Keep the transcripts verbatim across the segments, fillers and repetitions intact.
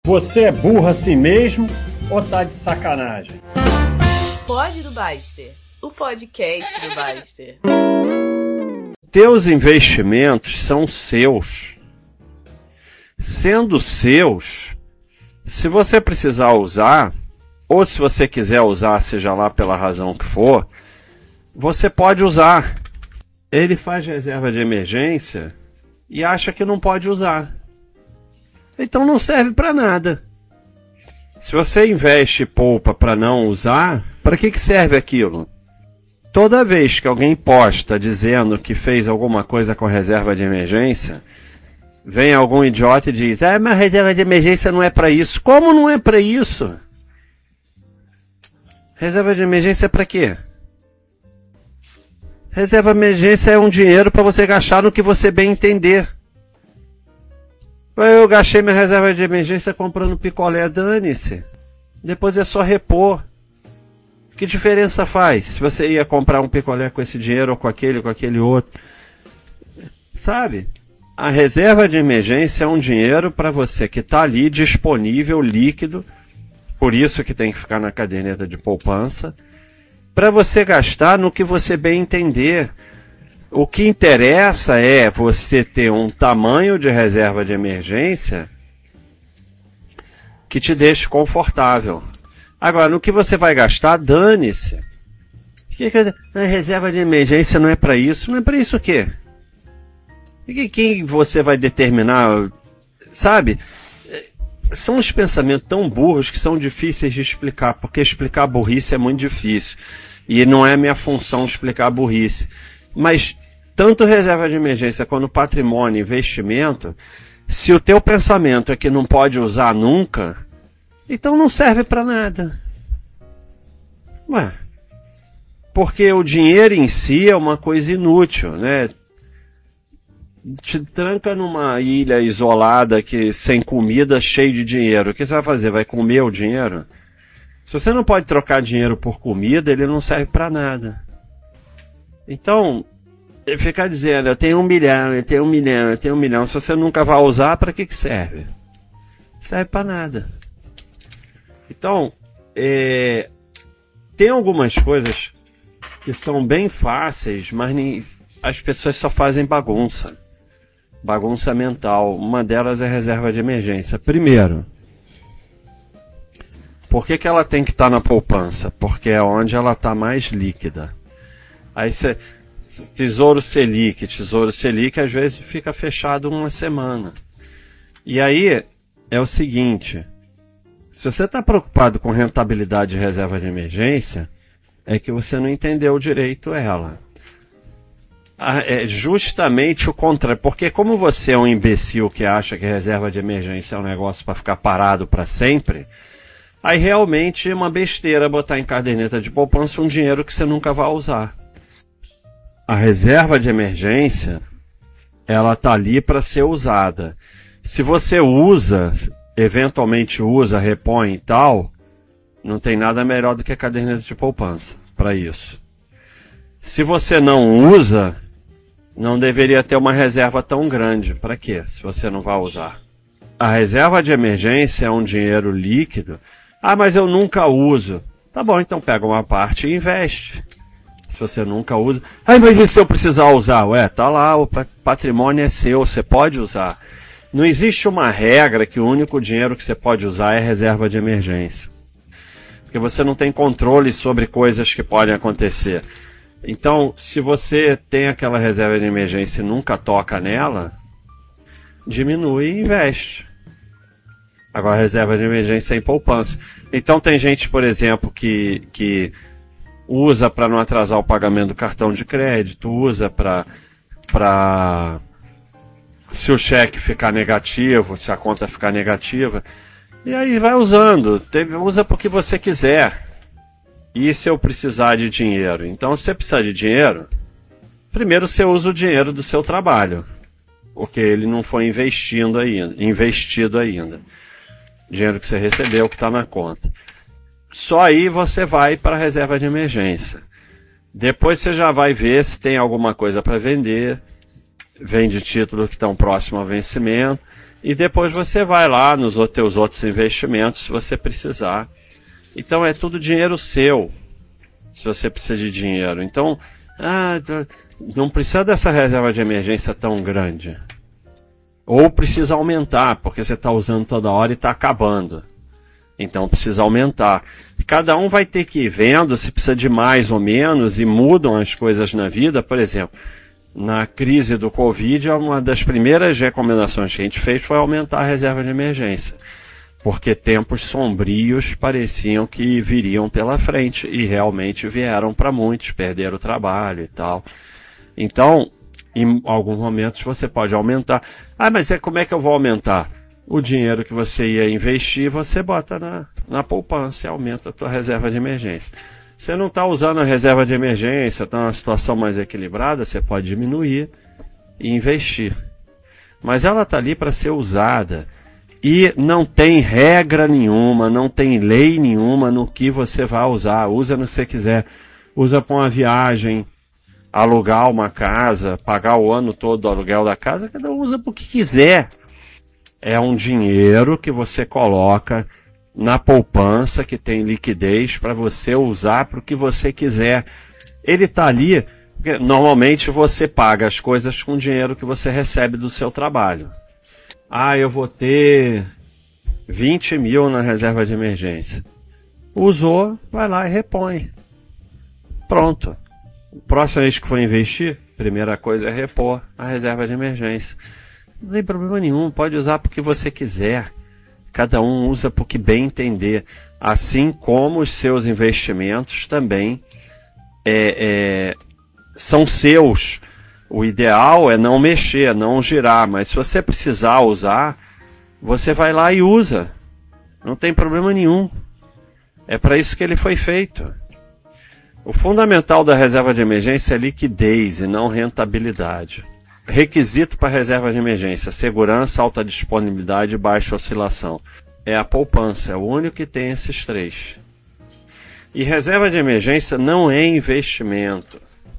Você é burro assim mesmo ou tá de sacanagem? Pode do Baster, o podcast do Baster. Teus investimentos são seus. Sendo seus, se você precisar usar, ou se você quiser usar, seja lá pela razão que for, você pode usar. Ele faz reserva de emergência e acha que não pode usar. Então não serve para nada. Se você investe e poupa para não usar, para que que serve aquilo? Toda vez que alguém posta dizendo que fez alguma coisa com reserva de emergência, vem algum idiota e diz: ah, mas reserva de emergência não é para isso. Como não é para isso? Reserva de emergência é para quê? Reserva de emergência é um dinheiro para você gastar no que você bem entender. Eu gastei minha reserva de emergência comprando picolé, dane-se. Depois é só repor. Que diferença faz se você ia comprar um picolé com esse dinheiro ou com aquele ou com aquele outro? Sabe? A reserva de emergência é um dinheiro para você que está ali disponível, líquido, por isso que tem que ficar na caderneta de poupança, para você gastar no que você bem entender. O que interessa é você ter um tamanho de reserva de emergência que te deixe confortável. Agora, no que você vai gastar, dane-se. A reserva de emergência não é para isso. Não é para isso o quê? E quem você vai determinar? Sabe? São os pensamentos tão burros que são difíceis de explicar, porque explicar burrice é muito difícil. E não é minha função explicar burrice. Mas tanto reserva de emergência quanto patrimônio e investimento, se o teu pensamento é que não pode usar nunca, então não serve para nada. Ué, porque o dinheiro em si é uma coisa inútil, né? Te tranca numa ilha isolada que, sem comida, cheio de dinheiro. O que você vai fazer? Vai comer o dinheiro? Se você não pode trocar dinheiro por comida, ele não serve para nada. Então, ficar dizendo, eu tenho um milhão, eu tenho um milhão, eu tenho um milhão, se você nunca vai usar, para que que serve? Serve para nada. Então, é, tem algumas coisas que são bem fáceis, mas nem, as pessoas só fazem bagunça. Bagunça mental. Uma delas é reserva de emergência. Primeiro, por que que ela tem que estar na poupança? Porque é onde ela está mais líquida. Aí você... Tesouro Selic, Tesouro Selic às vezes fica fechado uma semana. E aí é o seguinte, se você está preocupado com rentabilidade de reserva de emergência, é que você não entendeu direito ela. É justamente o contrário, porque como você é um imbecil que acha que reserva de emergência é um negócio para ficar parado para sempre, aí realmente é uma besteira botar em caderneta de poupança um dinheiro que você nunca vai usar. A reserva de emergência, ela está ali para ser usada. Se você usa, eventualmente usa, repõe e tal, não tem nada melhor do que a caderneta de poupança para isso. Se você não usa, não deveria ter uma reserva tão grande. Para quê? Se você não vai usar. A reserva de emergência é um dinheiro líquido. Ah, mas eu nunca uso. Tá bom, então pega uma parte e investe. Se você nunca usa. Ah, mas e se eu precisar usar? Ué, tá lá, o patrimônio é seu, você pode usar. Não existe uma regra que o único dinheiro que você pode usar é reserva de emergência. Porque você não tem controle sobre coisas que podem acontecer. Então, se você tem aquela reserva de emergência e nunca toca nela, diminui e investe. Agora, reserva de emergência é em poupança. Então, tem gente, por exemplo, que... que usa para não atrasar o pagamento do cartão de crédito, usa para para se o cheque ficar negativo, se a conta ficar negativa, e aí vai usando, teve, usa porque você quiser. E se eu precisar de dinheiro? Então, se você precisar de dinheiro, primeiro você usa o dinheiro do seu trabalho, porque ele não foi investindo ainda, investido ainda. Dinheiro que você recebeu, que está na conta. Só aí você vai para a reserva de emergência. Depois você já vai ver se tem alguma coisa para vender. Vende títulos que estão próximos ao vencimento. e depois você vai lá nos teus outros investimentos se você precisar. Então é tudo dinheiro seu, se você precisa de dinheiro. Então, ah, não precisa dessa reserva de emergência tão grande. Ou precisa aumentar, porque você está usando toda hora e está acabando. Então precisa aumentar. Cada um vai ter que ir vendo se precisa de mais ou menos, e mudam as coisas na vida. Por exemplo, na crise do Covid, uma das primeiras recomendações que a gente fez foi aumentar a reserva de emergência. Porque tempos sombrios pareciam que viriam pela frente, e realmente vieram para muitos, perderam o trabalho e tal. Então, em alguns momentos você pode aumentar. Ah, mas é, como é que eu vou aumentar? O dinheiro que você ia investir, você bota na, na poupança e aumenta a tua reserva de emergência. Você não está usando a reserva de emergência, está numa situação mais equilibrada, você pode diminuir e investir. Mas ela está ali para ser usada. E não tem regra nenhuma, não tem lei nenhuma no que você vai usar. Usa no que você quiser. Usa para uma viagem, alugar uma casa, pagar o ano todo o aluguel da casa, cada um usa para o que quiser. É um dinheiro que você coloca na poupança, que tem liquidez para você usar para o que você quiser. Ele está ali, porque normalmente você paga as coisas com o dinheiro que você recebe do seu trabalho. Ah, eu vou ter vinte mil na reserva de emergência. Usou, vai lá e repõe. Pronto. Próxima vez que for investir, primeira coisa é repor a reserva de emergência. Não tem problema nenhum, pode usar porque você quiser. Cada um usa porque bem entender. Assim como os seus investimentos também é, é, são seus. O ideal é não mexer, não girar, mas se você precisar usar, você vai lá e usa. Não tem problema nenhum. É para isso que ele foi feito. O fundamental da reserva de emergência é liquidez e não rentabilidade. Requisito para a reserva de emergência: segurança, alta disponibilidade e baixa oscilação. É a poupança, é o único que tem esses três. E reserva de emergência não é investimento.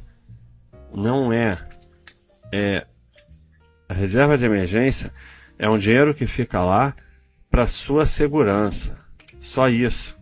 Não é. É, a reserva de emergência é um dinheiro que fica lá para sua segurança. Só isso.